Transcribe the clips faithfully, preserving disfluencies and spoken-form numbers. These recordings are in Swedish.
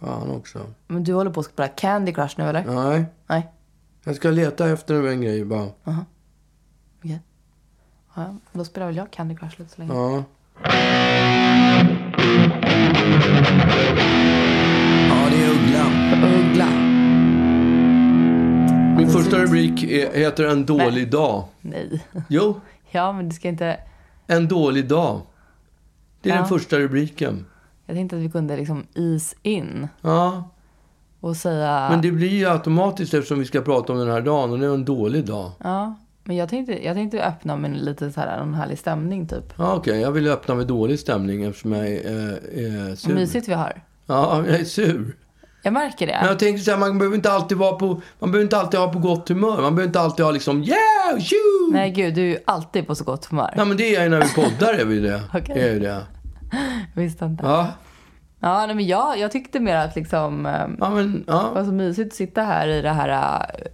Fan också. Men du håller på att spela Candy Crush nu, eller? Nej. Nej. Jag ska leta efter en grej bara. Jaha. Uh-huh. Okej. Okay. Ja, då spelar väl jag Candy Crush lite så länge. Ja. Ja, det är Uggla. Uggla. Min första rubrik är, heter En dålig Nej. dag. Nej. Jo. Ja, men du ska inte... En dålig dag. Det är ja. den första rubriken. Jag tänkte att vi kunde liksom ease in. Ja. Och säga... Men det blir ju automatiskt eftersom vi ska prata om den här dagen. Och det är en dålig dag. Ja, men jag tänkte, jag tänkte öppna med lite så här, en härlig stämning typ. Ja, okej. Okay. Jag vill öppna med dålig stämning eftersom jag är, är sur. Mysigt vi har. Ja, jag är sur. Jag märker det. Men jag tänker så här, man behöver inte alltid vara på, man behöver inte alltid ha på gott humör. Man behöver inte alltid ha liksom, yeah, shoo! Nej, gud, du är ju alltid på så gott humör. Nej, men det är jag när vi poddar, är vi det. Okej. Är det. Visste inte. Ja. Ja, nej, men jag, jag tyckte mer att liksom... Ja, men, ja. Det var så mysigt att sitta här i det här äh,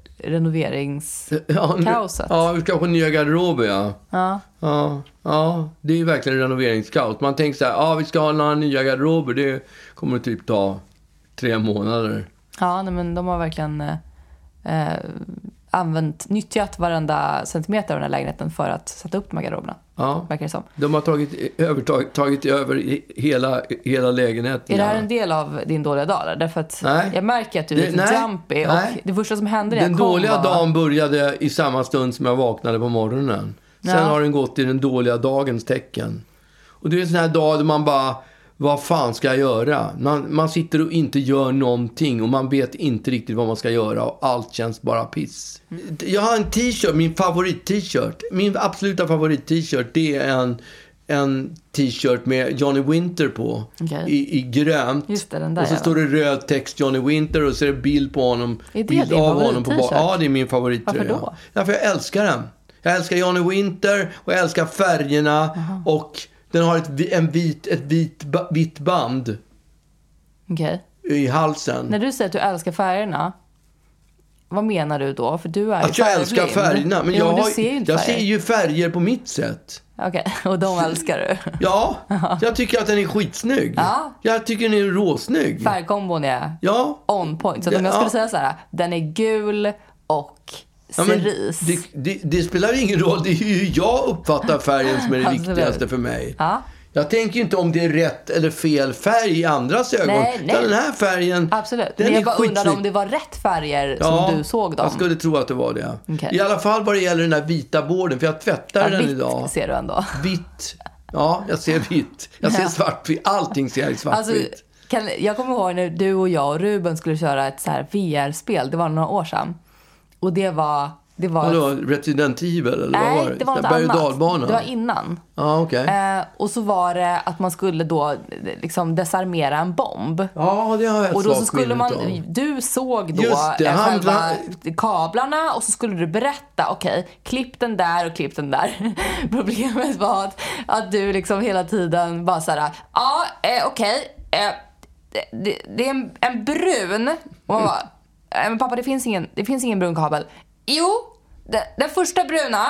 renoveringskaoset. Ja, vi ska få nya garderober, ja. Ja. Ja, ja, det är ju verkligen renoveringskaos. Man tänker så här, ja, vi ska ha några nya garderober. Det kommer typ ta tre månader. Ja, nej, men de har verkligen eh, använt, nyttjat varenda centimeter av den här lägenheten för att sätta upp de här garderoberna. Ja, verkar det som. De har tagit, övertagit, tagit över hela, hela lägenheten. Är det här en del av din dåliga dag? Där? Därför att nej. Jag märker att du är det, lite nej, jumpy. Nej. Och det första som hände när den jag kom dåliga var... dagen började i samma stund som jag vaknade på morgonen. Sen ja. har den gått i den dåliga dagens tecken. Och det är en sån här dag där man bara... Vad fan ska jag göra? Man, man sitter och inte gör någonting. Och man vet inte riktigt vad man ska göra. Och allt känns bara piss. Mm. Jag har en t-shirt, min favorit-t-shirt. Min absoluta favorit-t-shirt, det är en, en t-shirt med Johnny Winter på. Okay. I, i grönt. Just det, den där, och så ja. står det röd text Johnny Winter. Och så är det bild på honom. Är det bild din av honom på favorit-t-shirt? Ja, det är min favorittröja. Varför då? Ja, för jag älskar den. Jag älskar Johnny Winter. Och jag älskar färgerna. Aha. Och... Den har ett, en vit, ett vit, vitt band okay. i halsen. När du säger att du älskar färgerna, vad menar du då? För du är att jag älskar färgerna. Men jo, jag, men har, ser jag ser ju färger på mitt sätt. Okej, okay. Och de älskar du? Ja, jag tycker att den är skitsnygg. Ja. Jag tycker den är råsnygg. Färgkombon är ja. on point. Så om jag skulle ja. säga så här, den är gul och... Ja, det, det, det spelar ingen roll. Det är ju jag uppfattar färgen som är det alltså, viktigaste för mig. Ja. Jag tänker inte om det är rätt eller fel färg i andras ögon. Nej, nej. Den här färgen... Absolut. Den men jag är bara skitsnygg. undrar om det var rätt färger ja, som du såg dem. Jag skulle tro att det var det. Okay. I alla fall vad det gäller den här vita borden. För jag tvättar ja, den vitt idag. Ser du ändå. Vitt. Ja, jag ser vitt. Jag ser svartvitt. Allting ser jag i svartvitt. Alltså, kan, jag kommer ihåg när du och jag och Ruben skulle köra ett så här V R-spel. Det var några år sedan. Och det var... Det var Vadå, Resident Evil eller nej, vad var det? det var något annat. Dalbana. Det var innan. Ja, okej. Okay. Eh, och så var det att man skulle då liksom desarmera en bomb. Ja, det har jag ett och då så svagt skulle man av. Du såg då Just det, eh, han, själva han... kablarna och så skulle du berätta, okej, okay, klipp den där och klipp den där. Problemet var att, att du liksom hela tiden bara så här, ja, eh, okej, okay, eh, det, det, det är en, en brun. Och man bara, eh, men pappa, det finns ingen det finns ingen brun kabel. Jo, den, den första bruna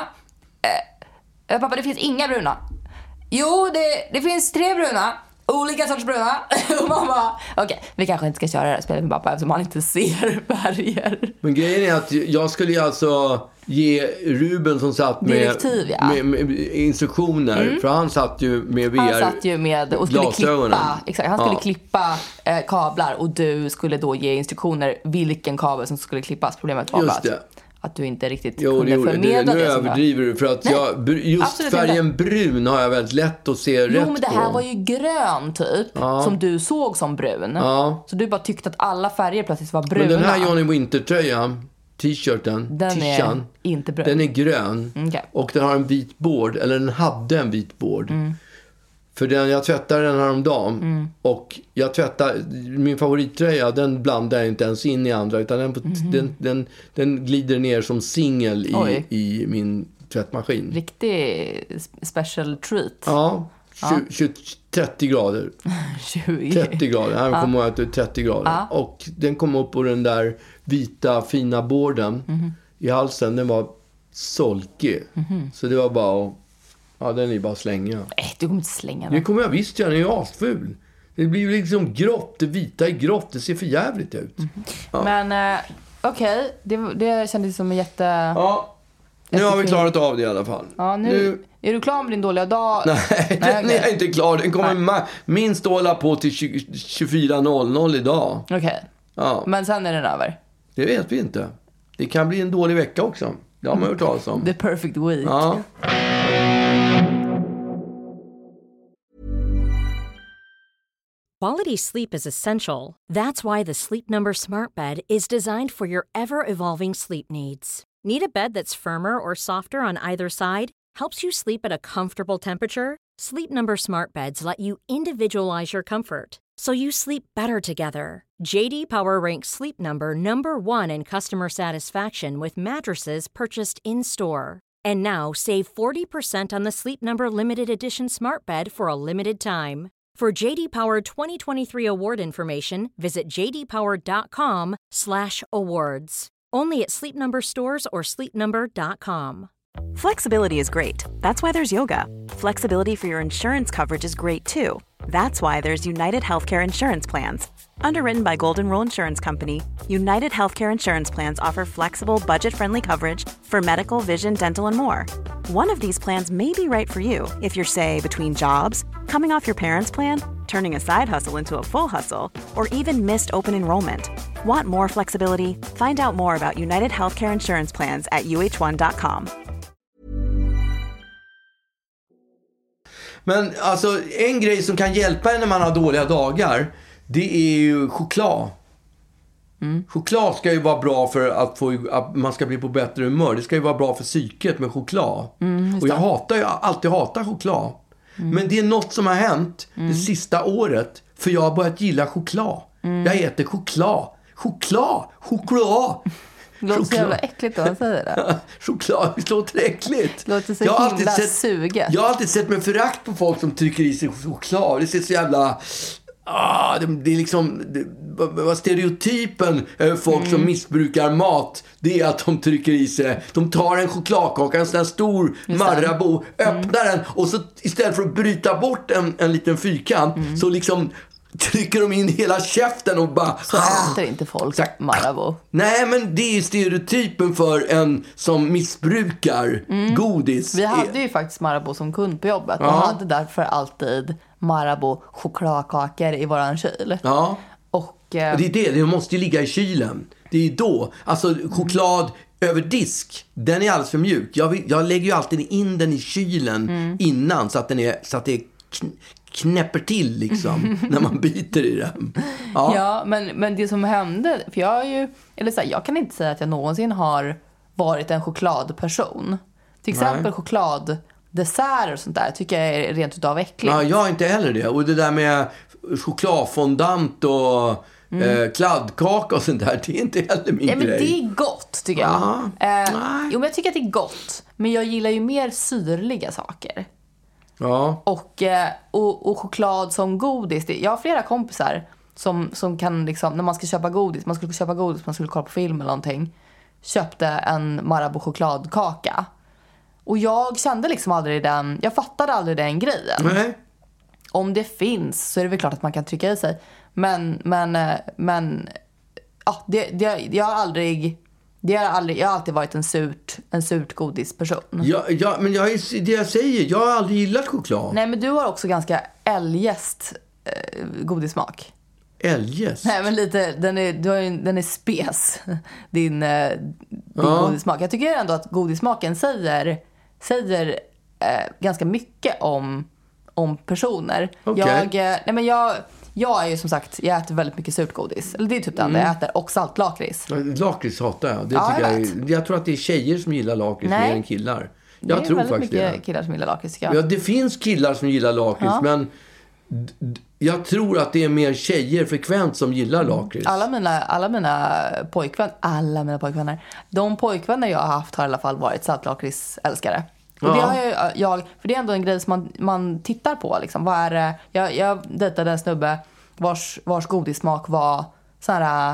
eh, pappa, det finns inga bruna. Jo, det, det finns tre bruna. Olika sorts bruna. Och man bara, okej, okay, vi kanske inte ska köra det här spelet med pappa eftersom han inte ser färger. Men grejen är att jag skulle ju alltså ge Ruben som satt med, direktiv, ja. med, med instruktioner. Mm. För han satt ju med V R. Han satt ju med och skulle klippa, exakt, han skulle ja. klippa eh, kablar och du skulle då ge instruktioner vilken kabel som skulle klippas. Problemet var just bara att, att du inte riktigt jo, kunde det, förmedla det. Nu det. överdriver du för att jag, just färgen inte. Brun har jag väldigt lätt att se jo, rätt på. Jo, men det här på. Var ju grön typ, ja. Som du såg som brun. Ja. Så du bara tyckte att alla färger plötsligt var bruna. Men den här Johnny Winter-tröjan, t-shirten, den t-shirten, är inte brun. Den är grön. Okay. Och den har en vit bord, eller den hade en vit bord. Mm. För den, jag tvättade den häromdagen. Mm. Och jag tvättar, min favorittröja, den blandar jag inte ens in i andra. Utan den, mm. den, den, den glider ner som singel i, i min tvättmaskin. Riktig special treat. Ja, tjugo, tjugo, trettio grader. tjugo trettio grader, här ja. kommer jag till trettio grader. Ja. Och den kom upp på den där vita fina borden mm. i halsen. Den var solkig. Mm. Så det var bara att... Ja, den är bara slänga. Nej, du kommer inte slänga den. Det kommer jag visst göra, den är ju asful. Det blir liksom grått, det vita är grått, det ser för jävligt ut. Mm. Ja. Men eh, okej, okay. det, det kändes som en jätte... Ja, nu har vi klarat av det i alla fall. Ja, nu, nu... Är du klar med din dåliga dag? Nej, Nej den okay. är jag inte klar. Den kommer ma- minst hålla på till tjugofyra noll noll idag. Okej, okay. Ja. Men sen är den över? Det vet vi inte. Det kan bli en dålig vecka också. Det har man hört talas om. The perfect week. Ja. Quality sleep is essential. That's why the Sleep Number Smart Bed is designed for your ever-evolving sleep needs. Need a bed that's firmer or softer on either side? Helps you sleep at a comfortable temperature? Sleep Number Smart Beds let you individualize your comfort, so you sleep better together. J D Power ranks Sleep Number number one in customer satisfaction with mattresses purchased in-store. And now, save forty percent on the Sleep Number Limited Edition Smart Bed for a limited time. For J D Power twenty twenty-three award information, visit j d power dot com slash awards. Only at Sleep Number stores or sleep number dot com. Flexibility is great. That's why there's yoga. Flexibility for your insurance coverage is great too. That's why there's United Healthcare Insurance Plans. Underwritten by Golden Rule Insurance Company, United Healthcare Insurance Plans offer flexible, budget-friendly coverage for medical, vision, dental, and more. One of these plans may be right for you if you're, say, between jobs, coming off your parents' plan, turning a side hustle into a full hustle, or even missed open enrollment. Want more flexibility? Find out more about United Healthcare Insurance Plans at u h one dot com. Men alltså, en grej som kan hjälpa en när man har dåliga dagar, det är ju choklad. Mm. Choklad ska ju vara bra för att, få, att man ska bli på bättre humör. Det ska ju vara bra för psyket med choklad. Mm, och jag hatar ju alltid hatar choklad. Mm. Men det är något som har hänt mm. det sista året. För jag har börjat gilla choklad. Mm. Jag äter choklad. Choklad! Choklad! Det låter så jävla äckligt då, säger det. Choklad, det låter äckligt. Det låter så jag himla sett, suget. Jag har alltid sett med förakt på folk som trycker i sig choklad. Det ser så jävla... Ah, det, det är liksom... Det, vad stereotypen över folk mm. som missbrukar mat, det är att de trycker i sig... De tar en chokladkaka, en sån här stor Marabou, öppnar mm. den och så istället för att bryta bort en, en liten fyrkant mm. så liksom... trycker de in hela käften och bara... Så äter inte folk så, Marabou. Nej, men det är stereotypen för en som missbrukar mm. godis. Vi hade ju faktiskt Marabou som kund på jobbet. Ja. Och hade därför alltid Marabou chokladkakor i våran kyl. Ja. Och, eh... och det är det, det måste ju ligga i kylen. Det är då. Alltså choklad mm. över disk, den är alldeles för mjuk. Jag, jag lägger ju alltid in den i kylen mm. innan så att, den är, så att det är... Kn- knäpper till liksom när man biter i den. Ja, ja men, men det som hände, för jag är ju, eller så här, jag kan inte säga att jag någonsin har varit en chokladperson. Till exempel Nej. chokladdesserter och sånt där tycker jag är rent utav äckligt. Ja, jag är inte heller det. Och det där med chokladfondant och mm. eh, kladdkaka och sånt där, det är inte heller min ja, men grej. Det är gott tycker jag. Eh, jo, men jag tycker att det är gott. Men jag gillar ju mer syrliga saker. Ja. Och, och, och choklad som godis. Jag har flera kompisar som, som kan liksom, när man ska köpa godis, man skulle köpa godis, man skulle kolla på film eller någonting, köpte en Marabou chokladkaka. Och jag kände liksom aldrig den, jag fattade aldrig den grejen. Nej. Om det finns så är det väl klart att man kan trycka i sig. Men, men, men ja, det, det, jag har aldrig... Det har aldrig, jag har alltid varit en surt, en surt godisperson. Ja, ja, men jag, det jag säger, jag har aldrig gillat choklad. Nej, men du har också ganska eljest eh, godissmak. Eljest? Nej, men lite, den är, du har ju, den är spes, din, eh, din ja. godissmak. Jag tycker ändå att godissmaken säger, säger eh, ganska mycket om, om personer. Okay. Jag, eh, nej, men jag... Jag är ju som sagt, jag äter väldigt mycket surt godis. Eller det är typ det enda mm. jag äter. Och saltlakrits. Lakrits hatar jag. Det ja, tycker jag, jag, jag tror att det är tjejer som gillar lakrits mer än killar. Jag det är tror väldigt faktiskt mycket det. killar som gillar lakrits. Ja. ja, det finns killar som gillar lakrits. Ja. Men d- d- jag tror att det är mer tjejer frekvent som gillar lakrits. Alla mina, alla mina pojkvänner, alla mina pojkvänner. De pojkvänner jag har haft har i alla fall varit saltlakritsälskare. Och ja. det har jag, jag, för det är ändå en grej som man, man tittar på. Liksom. Vad är det? Jag, jag dejtade en snubbe vars, vars godissmak var så här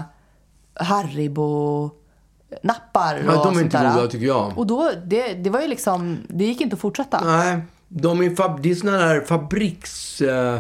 Haribo nappar ja, och de är inte goda tycker jag. Och då, det, det var ju liksom, det gick inte att fortsätta. Nej, de är, fab, det är såna där fabriks... Uh,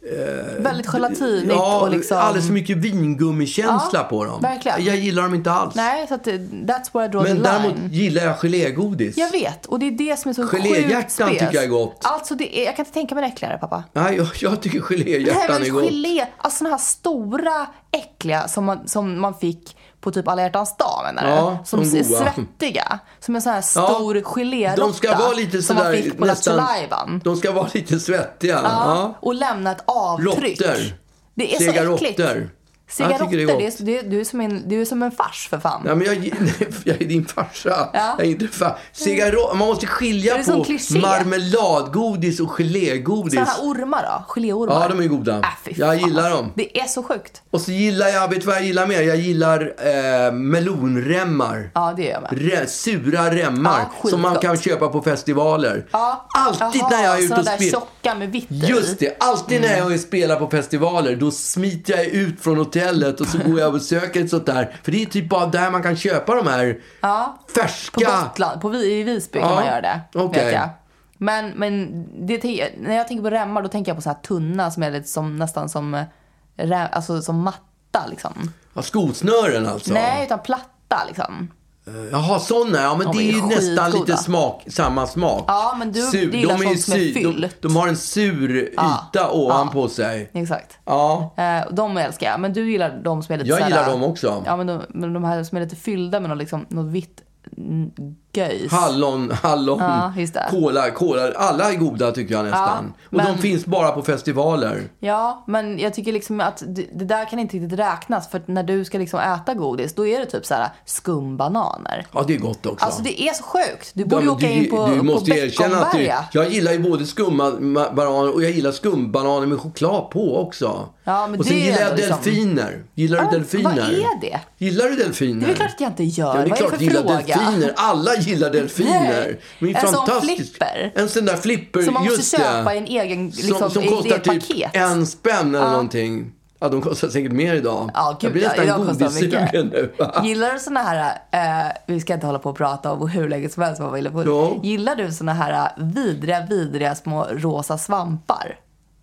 Eh, Väldigt gelatinigt ja, och liksom... alldeles för mycket vingummikänsla Ja, på dem. verkligen. Jag gillar dem inte alls. Nej, så att det- that's where I draw Men the line. däremot gillar jag gelégodis. Jag vet, och det är det som är så Geléhjärtan sjukt spes. tycker jag är gott. Alltså, det är, jag kan inte tänka mig det äckligare, pappa. Nej, jag, jag tycker Nej, geléhjärtan men är gott. gelé, alltså såna här stora, äckliga som man, som man fick på typ alla hjärtans dag, menar du? Ja, Som de är goda. svettiga. Som en sån här stor Ja, geléråtta. de ska vara lite som man sådär, fick på nästan, Lattjo-lajvan. de ska vara lite svettiga. Ja, Ja. och lämna ett avtryck. Råttor. Det är Sega så äckligt. råttor. Cigaretter, Jag tycker det det är är, gott. det är, du, är som en, du är som en fars för fan. Ja, men jag, jag är din farsa. Ja. Jag är inte far. Cigarro, man måste skilja Det är som på kliché. marmeladgodis och gelégodis. Sådana här ormar då? Geléormar? Ja, de är goda. Äh, fy Jag fan, gillar alltså. dem. Det är så sjukt. Och så gillar jag, vet du vad jag gillar mer? Jag gillar eh, melonremmar. Ja, det gör jag med. Re, sura remmar Ja, som man skitgott. kan köpa på festivaler. Ja. Alltid Jaha, när jag är ute såna och där spelar. tjocka med vitt i. Just det, alltid när jag spelar på festivaler då smiter jag ut från hotellet och så går jag och besöker ett sånt där. För det är typ bara där man kan köpa de här Ja. färska. På Gotland, på, Vi- i Visby kan Ja, man göra det. okej. Vet jag. Men, men det, när jag tänker på remmar då tänker jag på så här tunna som är lite som, nästan som, eh, rem, alltså som matta liksom. Ja, skosnören alltså. Nej, utan platta liksom. Jaha, såna. Ja, men De det är är ju nästan skitgoda. lite smak, samma smak. Ja, men du- Sur, du gillar de är ju sånt som är sy- de, fyllt. de har en sur yta Ja, ovanpå sig. Exakt. Ja, Eh, de älskar jag. Men du gillar de som är lite jag så här, gillar dem också. Ja, men de, men de här som är lite fyllda med något, liksom, något vitt mm, göjs. Hallon, hallon, Ja, just det. kola, kola. Alla är goda tycker jag nästan. Ja, och men- de finns bara på festivaler. Ja, men jag tycker liksom att det, det där kan inte riktigt räknas. För att när du ska liksom äta godis, då är det typ så här skumbananer. Ja, det är gott också. Alltså det är så sjukt. Du Ja, borde ju men åka du, in på, du på måste erkänna att du, Beckomberga. jag gillar ju både skumbananer och jag gillar skumbananer med choklad på också. Ja, men och sen det är gillar jag ändå liksom- delfiner. Gillar du Ja, delfiner? vad är det? Gillar du delfiner? Det är väl klart att jag inte gör. Ja, det är Vad klart är att det jag för gillar fråga? delfiner. Alla gillar delfiner. Nej. De är En sån fantastisk- flipper. En sån där flipper, Som man måste just köpa det. i en egen, liksom, som, som i kostar ett typ paket. en spänn eller Ja. någonting. Ja, de kostar säkert mer idag. Ja, jag gud, blir ja, nästan idag kostar de mycket. godissugen nu. va? Gillar du såna här, eh, vi ska inte hålla på och prata om hur länge som helst vad vi vill på. Ja. Gillar du såna här vidriga, vidriga små rosa svampar?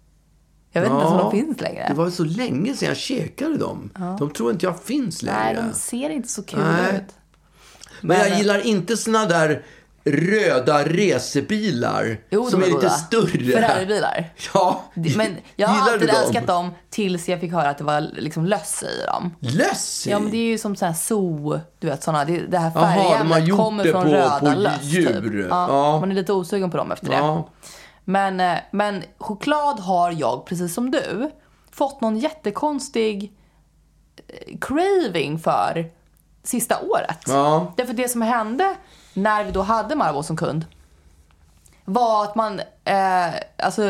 Jag vet inte ens om de finns längre. Det var så länge sedan jag käkade dem. De tror inte jag finns längre. Nej, de ser inte så kul Nej. ut. Men jag Men- gillar inte såna där röda resebilar Jo, som de är är lite goda. större. Ferraribilar. Ja, Men jag har gillar alltid du dem? älskat dem tills jag fick höra att det var liksom löss i dem. Löss i? Ja, men det är ju som sån här zoo, du vet såna, det, det här Jaha, de har färgämnet gjort kommer det från på- röda på löss djur. typ. Ja, Ja. man är lite osugen på dem efter det. Ja. Men, eh, men choklad har jag, precis som du, fått någon jättekonstig eh, craving för sista året. Ja. Därför det som hände när vi då hade Marabou som kund var att man, eh, alltså,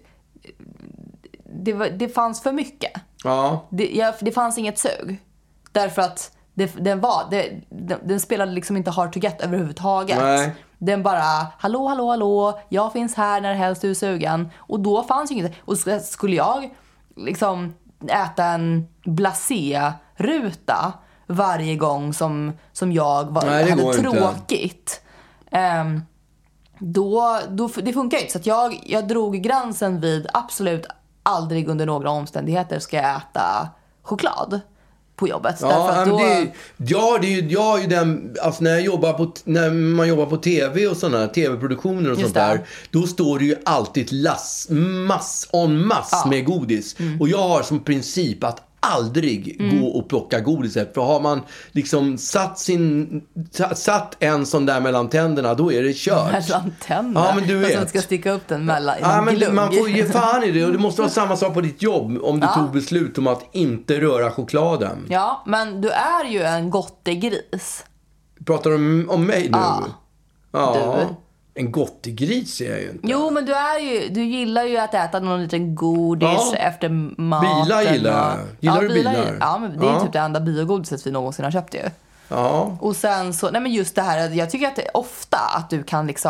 det, var, det fanns för mycket. Ja. Det, jag, det fanns inget sug. Därför att det, den, var, det, den, den spelade liksom inte hard to get överhuvudtaget. Nej. Den bara, hallå, hallå, hallå, jag finns här när helst du är sugen. Och då fanns ju inget. Och så skulle jag liksom äta en blasé-ruta varje gång som, som jag var, Nej, det hade går inte. tråkigt. Ehm, då, då, det funkar ju inte. Så att jag, jag drog gränsen vid absolut aldrig under några omständigheter ska jag äta choklad på jobbet. Ja, Därför att men då, det, ja, det är ju, jag är ju den, alltså när jag jobbar på, när man jobbar på tv och sådana tv-produktioner och Just sånt det. där, då står det ju alltid ett lass, mass on mass Ja. med godis. Mm. Och jag har som princip att aldrig gå och plocka godiset. För har man liksom satt sin, satt en sån där mellan tänderna, då är det kört. mellan tänderna. Ja, men du Fast man vet. ska sticka upp den mellan i Ja, någon men det, glugg. man får ge fan i det. Och det måste vara samma sak på ditt jobb om du Ja. tog beslut om att inte röra chokladen. Ja, men du är ju en gottegris. Pratar du om, om mig nu? Ja. Ja. Du. En gottegris är jag ju inte. Jo, men du är ju, du gillar ju att äta någon liten godis Ja. efter maten. Bilar gillar jag. och- Gillar ja, du bilar? gillar- Ja, men det är Ja. typ det enda biogodiset vi någonsin har köpt ju. Ja. Och sen så, nej men just det här, jag tycker att det är ofta att du kan liksom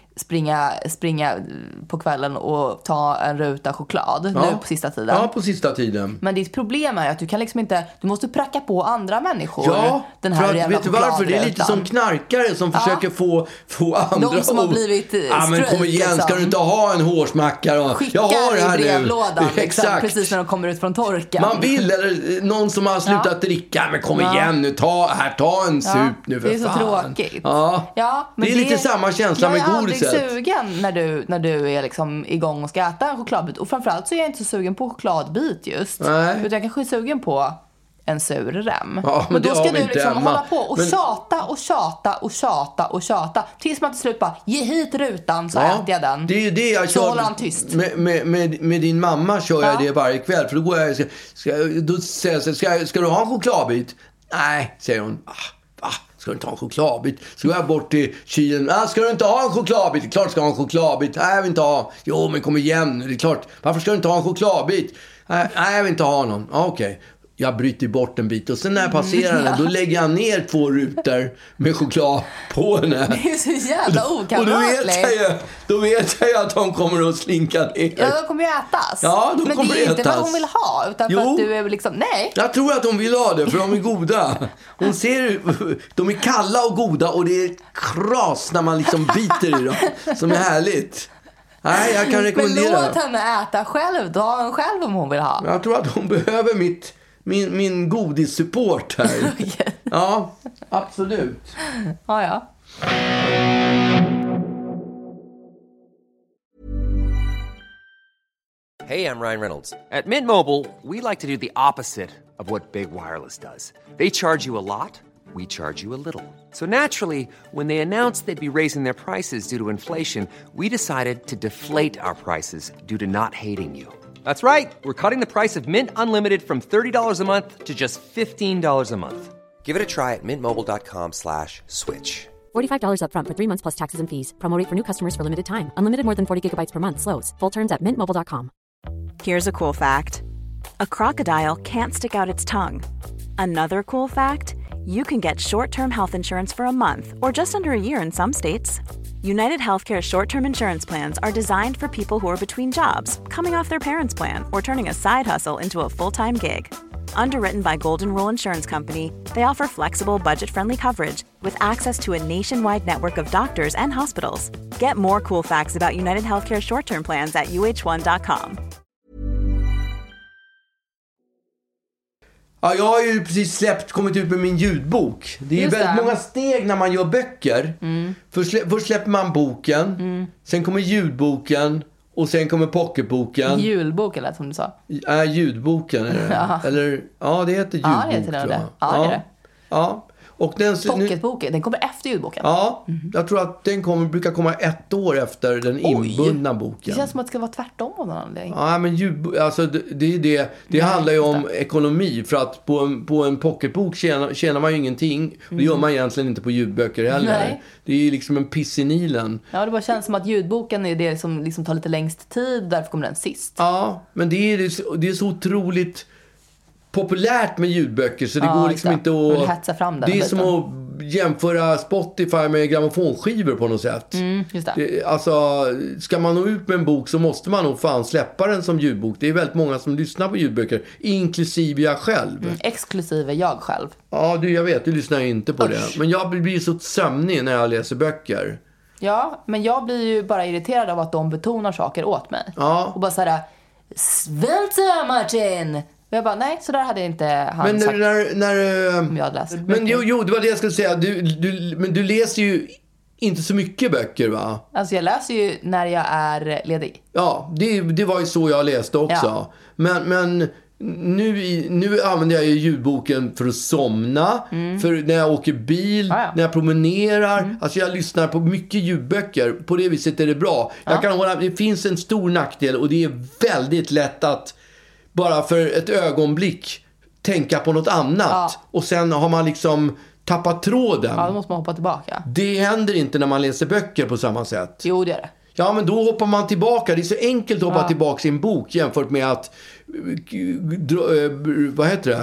springa, springa på kvällen och ta en ruta choklad ja. nu på sista tiden. Ja, på sista tiden. Men ditt problem är att du kan liksom inte, du måste pracka på andra människor ja, den här för att, jävla vet du varför? Det är lite som knarkare som ja. försöker få, få andra. De som har blivit straight, ja, men kom igen, liksom. Ska du inte ha en hårsmackare? Och, skickar jag har det här i brevlådan nu. Liksom, precis när de kommer ut från torkan. Man vill, eller någon som har slutat ja. dricka, men kom ja. igen nu, ta, här, ta en ja. sup nu för det är fan. Så tråkigt. Ja. Ja, men det är det, lite samma känsla med godiset. Jag är aldrig sugen när du, när du är liksom igång och ska äta en chokladbit. Och framförallt så är jag inte så sugen på chokladbit just. Nej. Utan jag kanske är sugen på en sur rem. Ja, men, men då ska du liksom hemma. hålla på och men... tjata och tjata och tjata och tjata. Tills man till slut bara, ge hit rutan så ja, äter jag den. Det är ju det jag så kör. håller han tyst. Med, med, med, med din mamma kör jag ja. det varje kväll. För då går jag, ska, ska, då säger jag, ska, ska du ha en chokladbit? Nej, säger hon. Ah, va? Ska du inte ha en chokladbit? Så går jag bort till kylen. Ah, ska du inte ha en chokladbit? Det är klart du ska ha en chokladbit. Nej, jag vill inte ha. Jo, men kom igen. Det är klart. Varför ska du inte ha en chokladbit? Nej, jag vill inte ha någon. Ah, okej. Okay. Jag bryter bort en bit och sen när jag passerar den, då lägger jag ner två rutor med choklad på henne. Det är så jävla okamratligt. Och då vet jag ju, då vet jag ju att de kommer att slinka ner. Ja, de kommer ju ätas. Ja, de men kommer det är inte ätas. vad hon vill ha, utan jo. för att du är liksom, nej. Jag tror att hon vill ha det, för de är goda. Hon ser, de är kalla och goda och det är kras när man liksom biter i dem. Som är härligt. Nej, jag kan rekommendera. Men låt henne äta själv, då har hon själv om hon vill ha. Jag tror att hon behöver mitt... Min, min godissupport här. Okay. Ja, absolut. Ja, ja. Hey, I'm Ryan Reynolds. At Mint Mobile, we like to do the opposite of what Big Wireless does. They charge you a lot, we charge you a little. So naturally, when they announced they'd be raising their prices due to inflation, we decided to deflate our prices due to not hating you. That's right. We're cutting the price of Mint Unlimited from thirty dollars a month to just fifteen dollars a month. Give it a try at mintmobile.com slash switch. forty-five dollars up front for three months plus taxes and fees. Promo rate for new customers for limited time. Unlimited more than forty gigabytes per month. Slows full terms at mint mobile dot com. Here's a cool fact. A crocodile can't stick out its tongue. Another cool fact, you can get short-term health insurance for a month or just under a year in some states. United Healthcare short-term insurance plans are designed for people who are between jobs, coming off their parents' plan, or turning a side hustle into a full-time gig. Underwritten by Golden Rule Insurance Company, they offer flexible, budget-friendly coverage with access to a nationwide network of doctors and hospitals. Get more cool facts about United Healthcare short-term plans at u h one dot com. Ja, jag har ju precis släppt, kommit ut med min ljudbok. Det är ju väldigt många steg när man gör böcker. Mm. Först, slä, först släpper man boken, mm. sen kommer ljudboken och sen kommer pocketboken. Julbok eller som du sa. Ja, äh, ljudboken är det. Ja. Eller, ja, det heter ljudbok. Ja, det heter det. Tror jag. Ja, det är det. Ja. Och den, Pocketboken, den kommer efter ljudboken. Ja, mm. jag tror att den kommer, brukar komma ett år efter den inbundna boken. Det känns som att det ska vara tvärtom av någon anledning. Ja, men ljud, alltså det, det är det. Det Nej, handlar ju om det. ekonomi. För att på en, på en pocketbok tjänar, tjänar man ju ingenting. Mm. Det gör man egentligen inte på ljudböcker heller. Nej. Det är ju liksom en piss i Nilen. Ja, det bara känns som att ljudboken är det som liksom tar lite längst tid. Därför kommer den sist. Ja, men det är, det är så otroligt populärt med ljudböcker så det ja, går liksom inte att hetsa fram den. Det är som att jämföra Spotify med grammofonskivor på något sätt. Mm, just det. Det, alltså, ska man nå ut med en bok så måste man nog fan släppa den som ljudbok. Det är väldigt många som lyssnar på ljudböcker, inklusive jag själv. Mm, exklusive jag själv. Ja, du, jag vet, du lyssnar inte på Usch. det. Men jag blir så sömnig när jag läser böcker. Ja, men jag blir ju bara irriterad av att de betonar saker åt mig. Ja. Och bara såhär, vänta Martin! Och jag bara, nej, så där hade inte han men sagt när, när, om jag hade läst. Men jo, jo, det var det jag skulle säga. Du, du, men du läser ju inte så mycket böcker, va? Alltså jag läser ju när jag är ledig. Ja, det, det var ju så jag läste också. Ja. Men, men nu, nu använder jag ju ljudboken för att somna. Mm. För när jag åker bil, ah, ja. när jag promenerar. Mm. Alltså jag lyssnar på mycket ljudböcker. På det viset är det bra. Ja. Jag kan hålla, det finns en stor nackdel och det är väldigt lätt att bara för ett ögonblick tänka på något annat. Ja. Och sen har man liksom tappat tråden. Ja, då måste man hoppa tillbaka. Det händer inte när man läser böcker på samma sätt. Jo, det är det. Ja, men då hoppar man tillbaka. Det är så enkelt att hoppa ja. tillbaka i en bok jämfört med att vad heter det?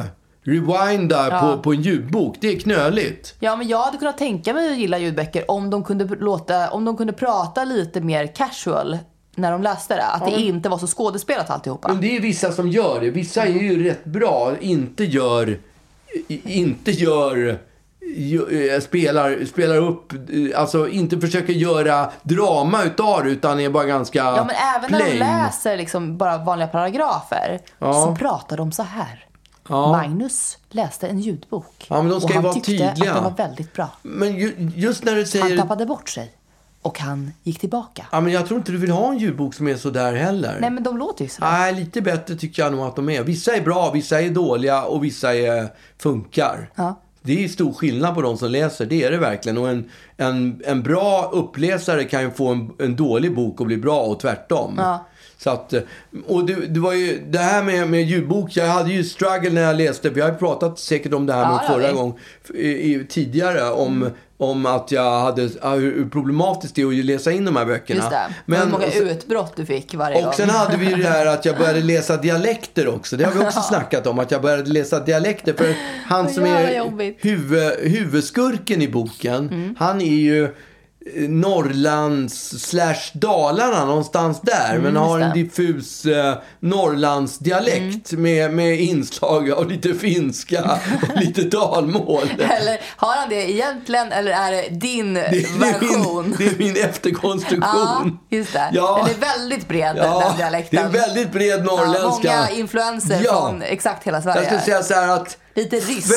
rewinda Ja. på, på en ljudbok. Det är knöligt. Ja, men jag hade kunnat tänka mig att gilla ljudböcker om de kunde låta, om de kunde prata lite mer casual när de läste det. Att det inte var så skådespelat alltihopa. Men det är vissa som gör det. Vissa är ju rätt bra. Inte gör... Inte gör... Spelar, spelar upp... Alltså inte försöker göra drama utav det, utan är bara ganska Ja, men även plain. när de läser liksom bara vanliga paragrafer Ja. så pratar de så här. Ja. Magnus läste en ljudbok. Ja, men de ska och ju han vara tyckte tydliga. att den var väldigt bra. Men ju, just när du Han säger... tappade bort sig. Och han gick tillbaka. Ja, men jag tror inte du vill ha en ljudbok som är så där heller. Nej, men de låter ju sådär. Nej, lite bättre tycker jag nog att de är. Vissa är bra, vissa är dåliga och vissa är, funkar. Ja. Det är stor skillnad på de som läser, det är det verkligen. Och en, en, en bra uppläsare kan ju få en, en dålig bok och bli bra och tvärtom. Ja. Så att, och det, det var ju det här med, med ljudbok, jag hade ju struggle när jag läste, för jag har ju pratat säkert om det här Ja, med det har förra vi. gången i, i, tidigare om, Mm. om att jag hade, hur problematiskt det är att läsa in de här böckerna. Just det. Men, Hur många och sen- utbrott du fick varje gång. och sen hade vi ju det här att jag började läsa dialekter också. Det har vi också snackat om, att jag började läsa dialekter. För han Vad som jävla är jobbigt. huvud, huvudskurken i boken, han är ju Norrlands slash Dalarna någonstans där, men har en det. diffus eh, Norrlands dialekt med, med inslag av lite finska och lite dalmål. Eller har han det egentligen, eller är det din Det, det, är version? min, det är min efterkonstruktion. Ja, just det. Ja. Den är väldigt bred, Ja, den dialekten. det är väldigt bred norrländska. Ja, många influenser Ja. från exakt hela Sverige. Jag skulle säga så här att Lite rysk.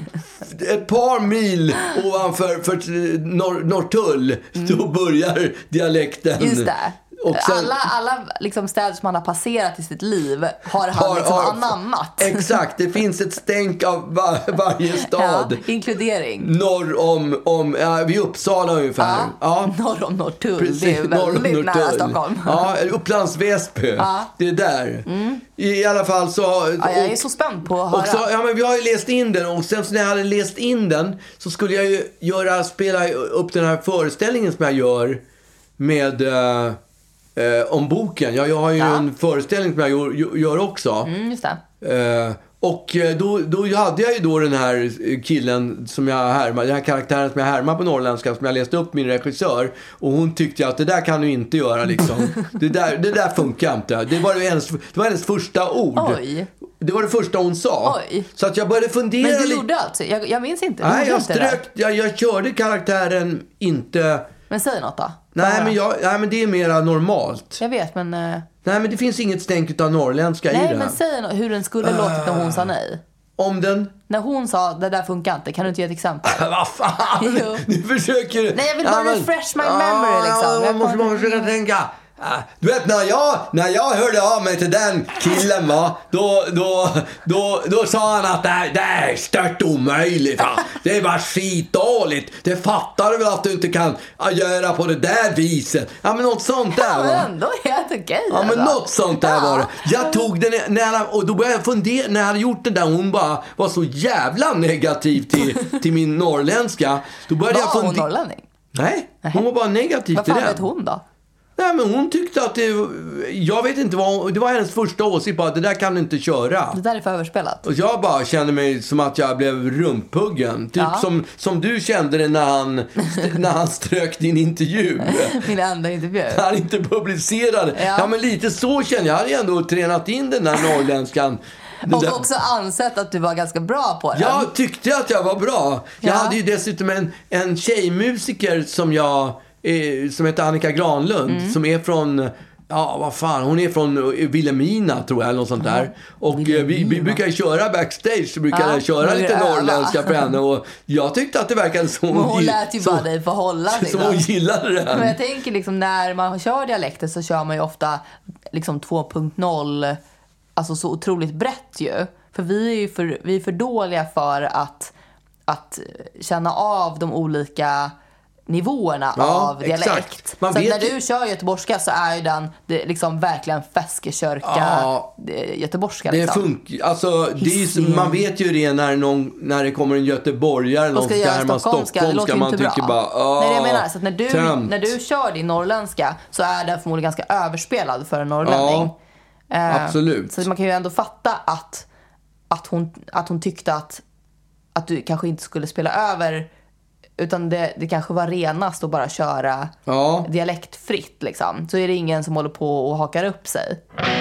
Fe- ett par mil ovanför för Norr, Norrtull då börjar dialekten. Just det. Och sen- alla alla liksom städer som han har passerat i sitt liv har han Har- liksom har- anammat. Exakt, det finns ett stänk av var, varje stad. Ja, inkludering. Norr om, om ja, vid Uppsala ungefär. Ja. Norr om Norrtull. Precis, Det är norr om väldigt nära Norrtull. Stockholm. Ja, Upplands Väsby. Ja. Det är där. I, I alla fall så... Ja, jag är och- så spänd på att höra. Och så, ja, men vi har ju läst in den, och sen så när jag hade läst in den så skulle jag ju göra, spela upp den här föreställningen som jag gör med eh, eh, om boken. Jag, jag har ju Ja. en föreställning som jag gör, gör också. Mm, just det. Eh, och eh, då, då hade jag ju då den här killen som jag härmar, den här karaktären som jag härmar på norrländska, som jag läste upp min regissör, och hon tyckte att det där kan du inte göra liksom. det, där, det där funkar inte. Det var hennes, det var hennes första ord. Oj. Det var det första hon sa. Oj. Så att jag började fundera Men du lite. gjorde alltså? Jag, jag minns inte. Du Nej, gjorde jag inte det. strök, jag, jag körde karaktären inte. Men säg något då. Nej, Bara. men jag, nej, men det är mera normalt. Jag vet, men... eh, Nej, men det finns inget stänk av norrländska i Nej, det men här. säg no- hur den skulle låtit när hon sa nej. Om den... När hon sa, det där funkar inte. Kan du inte ge ett exempel? Vad fan? Jo. Nu försöker du... Nej, jag vill bara refresh my memory, liksom. Ja, Jag man måste kommer- bara försöka tänka. Ah, du vet, när jag, när jag hörde av mig till den killen, va, då, då, då, då sa han att det, här- det är stört omöjligt. Va? Det var skitdåligt. Det fattar du väl att du inte kan ah, göra på det där viset. Ja, men något sånt där, Ja, men va. ändå helt okej. Ja, men alltså. något sånt där var det. Jag tog den när jag, och då började jag fundera, när jag hade gjort det där, hon bara var så jävla negativ till, till min norrländska. Då började jag Var hon fundera. norrlänning? Nej, hon var bara negativ Vad till fan det. vet hon då? Nej, men hon tyckte att det, jag vet inte vad hon, det var hennes första åsikt, bara det där kan du inte köra. Det där är för överspelat. Och jag bara kände mig som att jag blev rumphuggen. Typ Ja. som, som du kände det när han, när han strök din intervju. Min enda intervju. Han inte publicerade. Ja. Ja. men lite så känner jag. Jag hade ju ändå tränat in den där norrländskan. Den Och där- också ansett att du var ganska bra på den. Jag tyckte att jag var bra. Jag Ja. hade ju dessutom en, en tjejmusiker som jag eh, som heter Annika Granlund, Mm. som är från, ja vad fan, hon är från Vilhelmina tror jag, eller något sånt där. Och eh, vi, vi Vilhelmina. brukar ju köra backstage, så brukar Ja, jag köra hon lite vill öva. norrländska för henne, och jag tyckte att det verkade som Men hon gill- lät ju som- bara dig få hålla. som Liksom. hon gillade den. Men jag tänker liksom, när man kör dialekter så kör man ju ofta liksom två punkt noll, alltså så otroligt brett ju. För vi är ju för, vi är för dåliga för att, att känna av de olika nivåerna Ja, av dialekt. exakt. Man så att vet när ju- du kör göteborgska så är ju den det, liksom verkligen feskekörka Ja. det- göteborgska. Det Liksom. funkar, alltså, det är, ju- Hisingen. man vet ju det när, någon, när det kommer en göteborgare eller Och någon ska som ska göra härma stockholmska, det låter stockholmska, ju man inte bra. tycker bara, åh, Nej, det jag menar, så att när du, tömt. när du kör din norrländska så är den förmodligen ganska överspelad för en norrlänning. Ja, Eh, absolut. Så man kan ju ändå fatta att, att hon, att hon tyckte att, att du kanske inte skulle spela över, utan det, det kanske var renast att bara köra ja. dialektfritt liksom. Så är det ingen som håller på och hakar upp sig.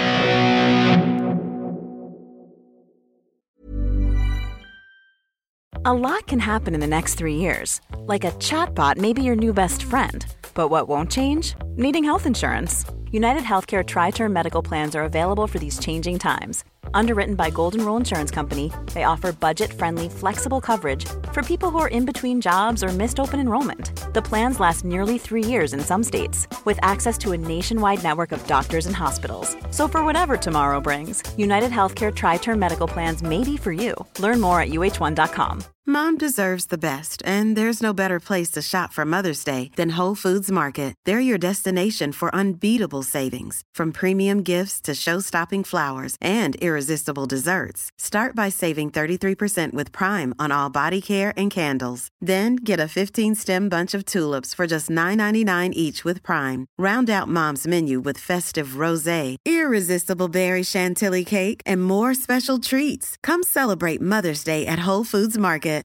A lot can happen in the next three years. Like a chatbot may be your new best friend. But what won't change? Needing health insurance. United Healthcare Tri-Term Medical Plans are available for these changing times. Underwritten by Golden Rule Insurance Company, they offer budget-friendly, flexible coverage for people who are in between jobs or missed open enrollment. The plans last nearly three years in some states, with access to a nationwide network of doctors and hospitals. So for whatever tomorrow brings, United Healthcare Tri-Term Medical Plans may be for you. Learn more at U H one dot com. Mom deserves the best, and there's no better place to shop for Mother's Day than Whole Foods Market. They're your destination for unbeatable savings, from premium gifts to show-stopping flowers and irresistible desserts. Start by saving thirty-three percent with Prime on all body care and candles. Then get a fifteen-stem bunch of tulips for just nine ninety-nine each with Prime. Round out Mom's menu with festive rosé, irresistible berry chantilly cake, and more special treats. Come celebrate Mother's Day at Whole Foods Market.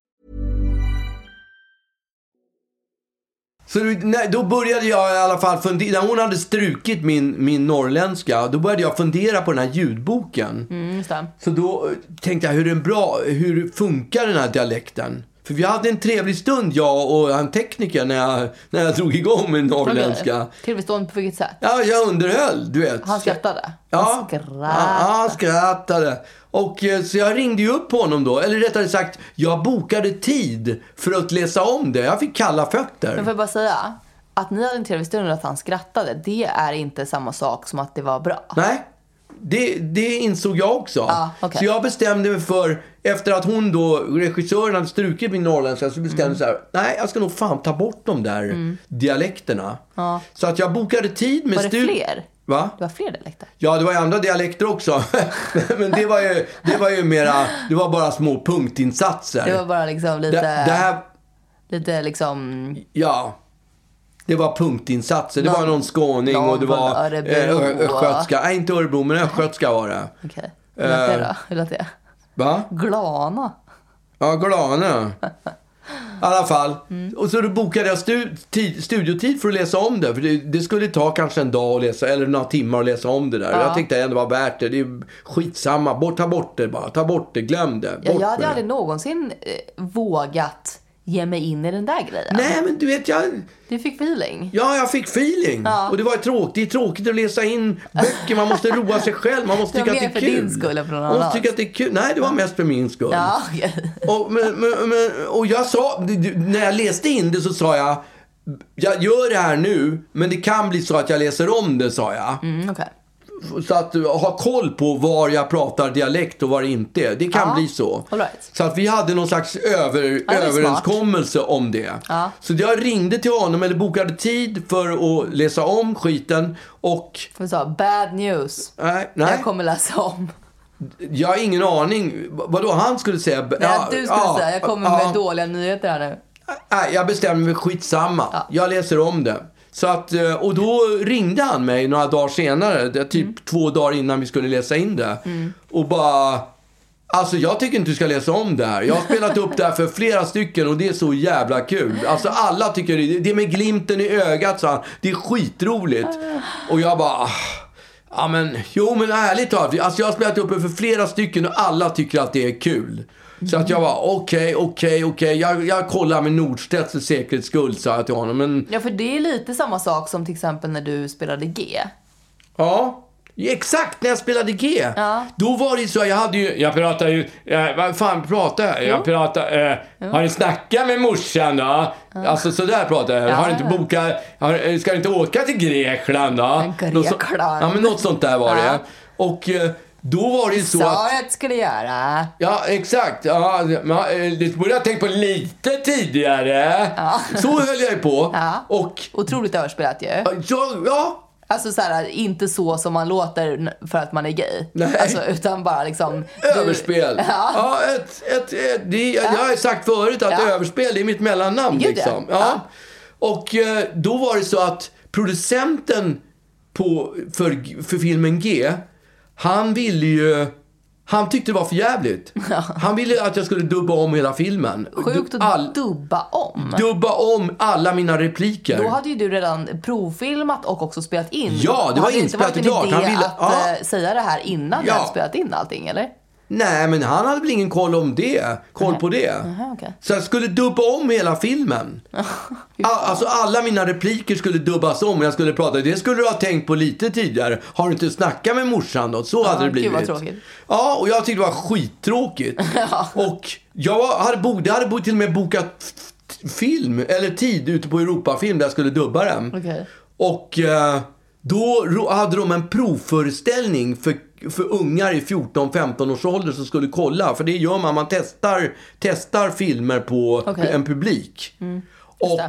Så nej, då började jag i alla fall fundera. När hon hade strukit min, min norrländska, då började jag fundera på den här ljudboken. Mm, just det. Så då tänkte jag, hur är den bra, hur funkar den här dialekten? För vi hade en trevlig stund, jag och en tekniker, när jag, när jag drog igång med norrländska. Okay. Trevlig stund på vilket sätt? Ja, jag underhöll, du vet. Han skrattade? Ja, han skrattade. Ja, han skrattade. Och så jag ringde ju upp på honom då. Eller rättare sagt, jag bokade tid för att läsa om det. Jag fick kalla fötter. Men får jag bara säga, att ni hade en trevlig stund och att han skrattade, det är inte samma sak som att det var bra. Nej, det, det insåg jag också. Ah, okay. Så jag bestämde mig för, efter att hon då, regissören hade strukit min norrländska, så bestämde jag mm. så här, nej, jag ska nog fan ta bort de där mm. dialekterna. Ah. Så att jag bokade tid med... Var det stu- fler? Va? Det var fler dialekter. Ja, det var ju andra dialekter också. Men det var ju, det var ju mera, det var bara små punktinsatser. Det var bara liksom lite... Det, det här, lite liksom... Ja, det var punktinsatser. Det någon, var någon skåning någon och det var östgötska. Nej, inte Örebro, men östgötska var det. Okej, okay. Hur lät det då? Hur lät det? Va? Glana. Ja, glana. I alla fall. Mm. Och så då bokade jag stu- tid, studiotid för att läsa om det. För det, det skulle ta kanske en dag att läsa, eller några timmar att läsa om det där. Ja. Jag tänkte ändå var värt det. Det är skitsamma. Bort, ta bort det bara. Ta bort det. Glöm det. Bort ja, jag hade aldrig någonsin eh, vågat ge mig in i den där grejen. Nej, men du vet, jag... Du fick feeling. Ja, jag fick feeling. Ja. Och det var tråkigt. Det är tråkigt att läsa in böcker. Man måste roa sig själv. Man måste tycka att det är kul. Det var mer för din skull än för någon annan. Man måste tycka att det är kul. Nej, det var mest för min skull. Ja, okay. och, men, men, men, och jag sa, när jag läste in det så sa jag, jag gör det här nu, men det kan bli så att jag läser om det, sa jag. Mm, okay. Så att ha koll på var jag pratar dialekt och var det inte är. Det kan ja. bli så. All right. Så att vi hade någon slags över, ja, överenskommelse smart. om det. Ja. Så jag ringde till honom eller bokade tid för att läsa om skiten. Och... Du sa, bad news. Nej, nej. Jag kommer läsa om. Jag har ingen aning. Vadå han skulle säga? Nej, ja, du skulle ja, säga, jag kommer med ja. dåliga nyheter här nu. Nej, jag bestämmer mig skitsamma. Ja. Jag läser om det. Så att, och då ringde han mig några dagar senare, typ mm. två dagar innan vi skulle läsa in det. Mm. Och bara, alltså jag tycker inte du ska läsa om det här. Jag har spelat upp det här för flera stycken och det är så jävla kul. Alltså alla tycker det, det är med glimten i ögat, så han. Det är skitroligt. Och jag bara, ja men, jo men ärligt talat, alltså jag har spelat upp det för flera stycken och alla tycker att det är kul. Så att jag var okej, okej, okej. Jag, jag kollar med Nordstedts för säkerhets skull, sa jag till honom. Men... Ja, för det är lite samma sak som till exempel när du spelade G. Ja, exakt när jag spelade G. Ja. Då var det så, jag hade ju, jag pratade ju, eh, vad fan pratar jag? Jag pratade, eh, har ni snackat med morsan då? Ja. Alltså sådär pratade jag. Ja, har inte bokat, har, ska inte åka till Grekland då? Grekland. Ja, men något sånt där var det. Ja. Och... Eh, då var det ju så sa att... Sa att skulle göra. Ja, exakt. Ja, det borde jag tänkt på lite tidigare. Ja. Så höll jag ju på. Ja. Och... Otroligt överspelat ju. Ja, ja. Alltså så här, inte så som man låter för att man är gay. Nej. Alltså, utan bara liksom... Överspel. Du... Ja, ja ett, ett, ett, det, jag har ju sagt förut att ja. överspel är mitt mellannamn. Liksom. Ja. Ja. Och då var det så att producenten på, för, för filmen G... Han ville ju Han tyckte det var för jävligt. Han ville att jag skulle dubba om hela filmen. Sjukt att All, dubba om. dubba om alla mina repliker. Då hade ju du redan provfilmat och också spelat in. Ja, det var inspelat och klart. Han ville att ja. säga det här innan ja. du hade spelat in allting, eller? Nej, men han hade väl ingen koll om det. Koll Nej. på det. Aha, okay. Så jag skulle dubba om hela filmen. All, alltså alla mina repliker skulle dubbas om. Jag skulle prata. Det skulle du ha tänkt på lite tidigare. Har du inte snackat med morsan då? Så ja, hade det blivit. Gud vad tråkigt. Ja, och jag tyckte det var skittråkigt. ja. Och jag hade, bod, jag hade till och med bokat film eller tid ute på Europafilm där jag skulle dubba den. Okay. Och eh, då hade de en provföreställning för, för ungar i fjorton femton års ålder som skulle kolla. För det gör man, man testar, testar filmer på okay. en publik. Mm, och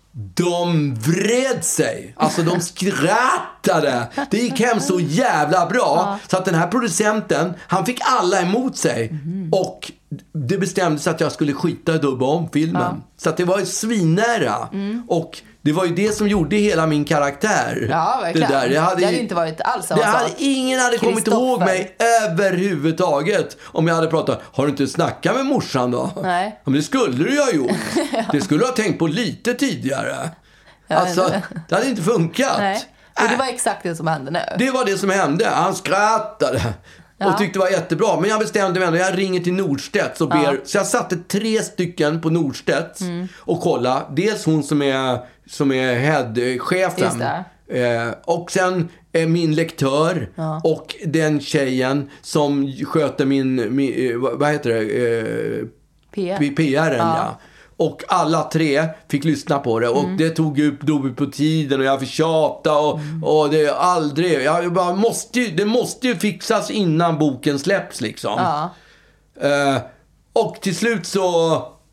de vred sig. Alltså de skrattade. Det gick hem så jävla bra. Ja. Så att den här producenten, han fick alla emot sig. Mm. Och det bestämdes att jag skulle skita och dubba om filmen. Ja. Så att det var ju svinnära. Mm. Och det var ju det som gjorde hela min karaktär. Ja, verkligen. Det, där. Det, hade, det hade inte varit alls samma det hade, sak. Ingen hade kommit ihåg mig överhuvudtaget om jag hade pratat. Har du inte snackat med morsan då? Nej. Men det skulle du ju ha gjort. ja. Det skulle du ha tänkt på lite tidigare. Alltså, det hade inte funkat. Nej. Och det var exakt det som hände nu. Det var det som hände. Han skrattade. Ja. Och tyckte det var jättebra. Men jag bestämde mig ändå. Jag ringer till Nordstedt och ber. Ja. Så jag satte tre stycken på Nordstedt mm. och kolla. Dels hon som är, som är head-chefen. Eh, och sen eh, min lektör. Ja. Och den tjejen som sköter min, min vad heter det? Eh, P R. P R:en, ja. ja. Och alla tre fick lyssna på det. Och mm. det tog upp dog på tiden. Och jag fick tjata. Och, mm. och det är aldrig... Jag bara, måste ju, det måste ju fixas innan boken släpps liksom. Ja. Uh, och till slut så...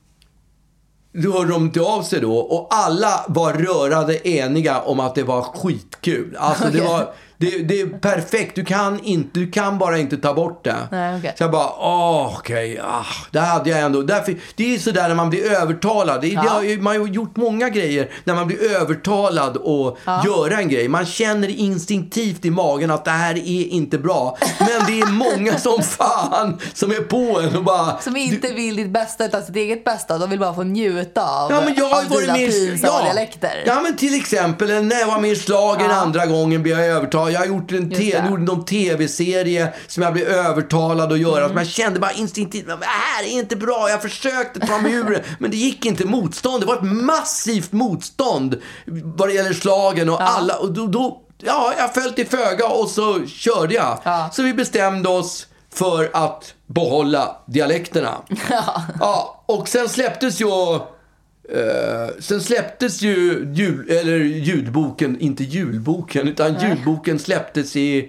Då hörde de inte av sig då. Och alla var rörade eniga om att det var skitkul. Alltså okay. det var... Det, det är perfekt. Du kan, inte, du kan bara inte ta bort det. Nej, okay. Så jag bara, åh, okej. Okay, ah, där hade jag ändå. Därför, det är sådär när man blir övertalad. Det, ja. det har, man har gjort många grejer när man blir övertalad och ja. göra en grej. Man känner instinktivt i magen att det här är inte bra. Men det är många som fan som är på en och bara... Som inte du, vill ditt bästa utan sitt eget bästa. De vill bara få njuta av, ja, men jag har av dina pinsamma ja, dialekter. Ja, men till exempel när jag var med i Slagen ja. andra gången blev jag övertalad. Jag har gjort en te- gjorde någon tv-serie som jag blev övertalad att göra. Mm. Som jag kände bara instinktivt, det här är inte bra. Jag försökte ta mig ur det, men det gick inte. Motstånd. Det var ett massivt motstånd vad det gäller Slagen och ja. alla. Och då, då, ja, jag föll till föga och så körde jag. Ja. Så vi bestämde oss för att behålla dialekterna. Ja. Ja, och sen släpptes ju... Uh, sen släpptes ju jul, eller ljudboken, inte julboken utan Nej. ljudboken släpptes i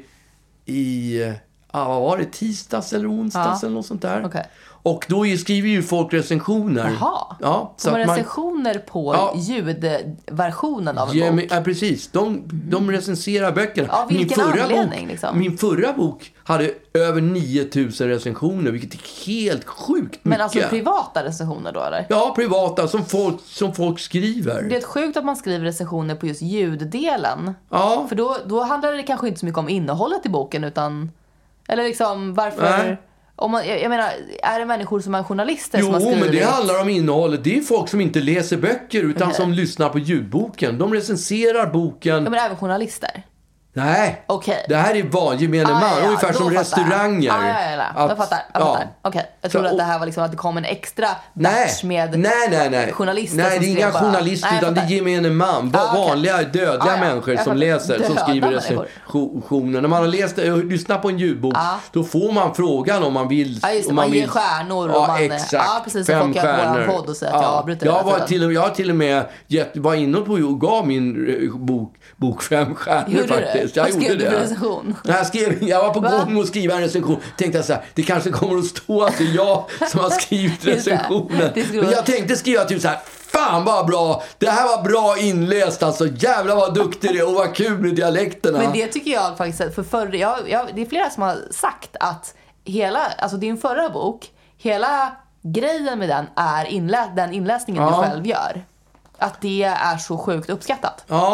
i ah, vad var det, tisdags eller onsdags ja. eller något sånt där. Okay. Och då skriver ju folk recensioner. Jaha. Ja, så man recensioner på ja, ljudversionen av en ja, bok. Men, ja, precis. De, de recenserar böckerna. Ja, vilken min förra anledning bok, liksom? Min förra bok hade över nio tusen recensioner, vilket är helt sjukt mycket. Men alltså privata recensioner då, eller? Ja, privata, som folk, som folk skriver. Det är sjukt att man skriver recensioner på just ljuddelen. Ja. För då, då handlar det kanske inte så mycket om innehållet i boken, utan... Eller liksom, varför... Nej. Om man, jag menar, är det människor som är journalister jo, som har skrivit? Jo, men det handlar om innehållet. Det är folk som inte läser böcker utan okay. som lyssnar på ljudboken. De recenserar boken. Ja, men även journalister? Nej, okay. det här är van gemene man, ah, ja, då ungefär som fattar. restauranger. Ah, ja, ja, ja. Att, jag fattar, jag fattar. Ja. Okej, okay. Jag trodde så, att det här var liksom att det kom en extra batch med nej, nej, nej. journalister. Nej, som det är inga bara, journalister nej, utan det är gemene man. Ah, okay. Vanliga, dödliga ah, ja. människor som läser, som skriver recensioner. När man har läst, lyssnat på en ljudbok, ah. då får man frågan om man vill. Ja, just det, om man, man ger vill. stjärnor. Ja, och man, exakt. Ja, precis. Fem folk stjärnor. På en podd och säger att ja. jag avbryter jag det. Var till, jag har till och med gett, var inne på och gav min bok, bok fem stjärnor gjorde faktiskt. Det? Jag gjorde det. Jag, skrev, jag var på Va? gång att skriva en recension. Tänkte jag så här, det kanske kommer att stå att det är jag som har skrivit recensionen. Men jag tänkte skriva typ så här, fan vad bra. Det här var bra inläst alltså. Jävlar vad duktig det är och vad kul med dialekterna. Men det tycker jag faktiskt, för förr, jag, jag, det är flera som har sagt att hela, alltså din förra bok, hela grejen med den är inlä, den inläsningen ja. du själv gör. Att det är så sjukt uppskattat. Ja.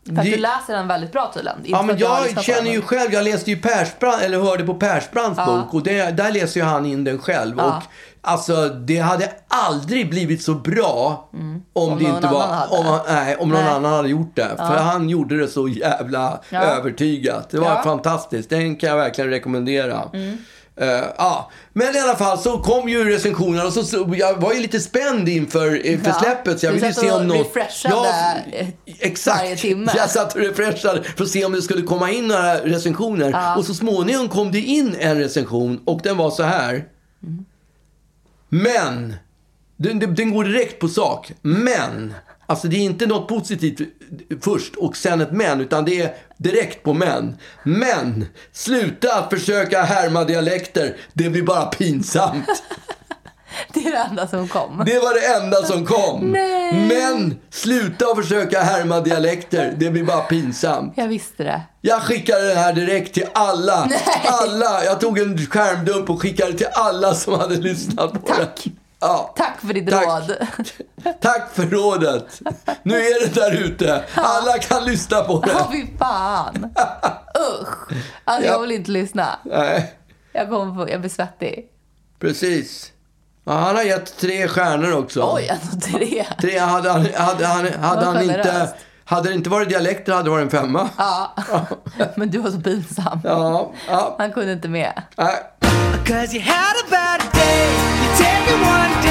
För att det... du läser den väldigt bra tydligen. Inte Ja, men jag, jag känner ju själv, jag läste ju Persbrandt, eller hörde på Persbrandts ja. bok, och det, där läser ju han in den själv. Ja. Och alltså, det hade aldrig blivit så bra mm. om, om det inte var om, nej, om någon nej. annan hade gjort det. Ja. För han gjorde det så jävla ja. övertygat. Det var ja. fantastiskt. Den kan jag verkligen rekommendera. Mm. Uh, ja. Men i alla fall så kom ju recensionerna, och så, så jag var ju lite spänd inför inför ja. släppet, så jag ville se om något ja, exakt varje timme. Jag satt och refreshade för att se om det skulle komma in några recensioner ja. och så småningom kom det in en recension, och den var så här. Mm. Men den, den går direkt på sak. Men alltså det är inte något positivt först och sen ett men, utan det är direkt på men. Men sluta att försöka härma dialekter. Det blir bara pinsamt. Det är det enda som kom. Det var det enda som kom. Nej. Men sluta att försöka härma dialekter. Det blir bara pinsamt. Jag visste det. Jag skickade den här direkt till alla. Nej. Alla. Jag tog en skärmdump och skickade till alla som hade lyssnat på Tack. det. Ja. Tack för ditt Tack. råd. Tack för rådet. Nu är det där ute. Alla kan lyssna på det. Ja, fy fan. Usch. Alltså, ja. Jag vill inte lyssna. Nej. Jag kommer få, jag blir svettig. Precis. Ja, han har gett tre stjärnor också. Oj, alltså tre. Tre hade han, hade han, hade han inte... Hade det inte varit dialekter hade det varit en femma. Ja, men du var så pinsam. Ja, ja. Han kunde inte med. Nej. Cause you had a bad day, you take it one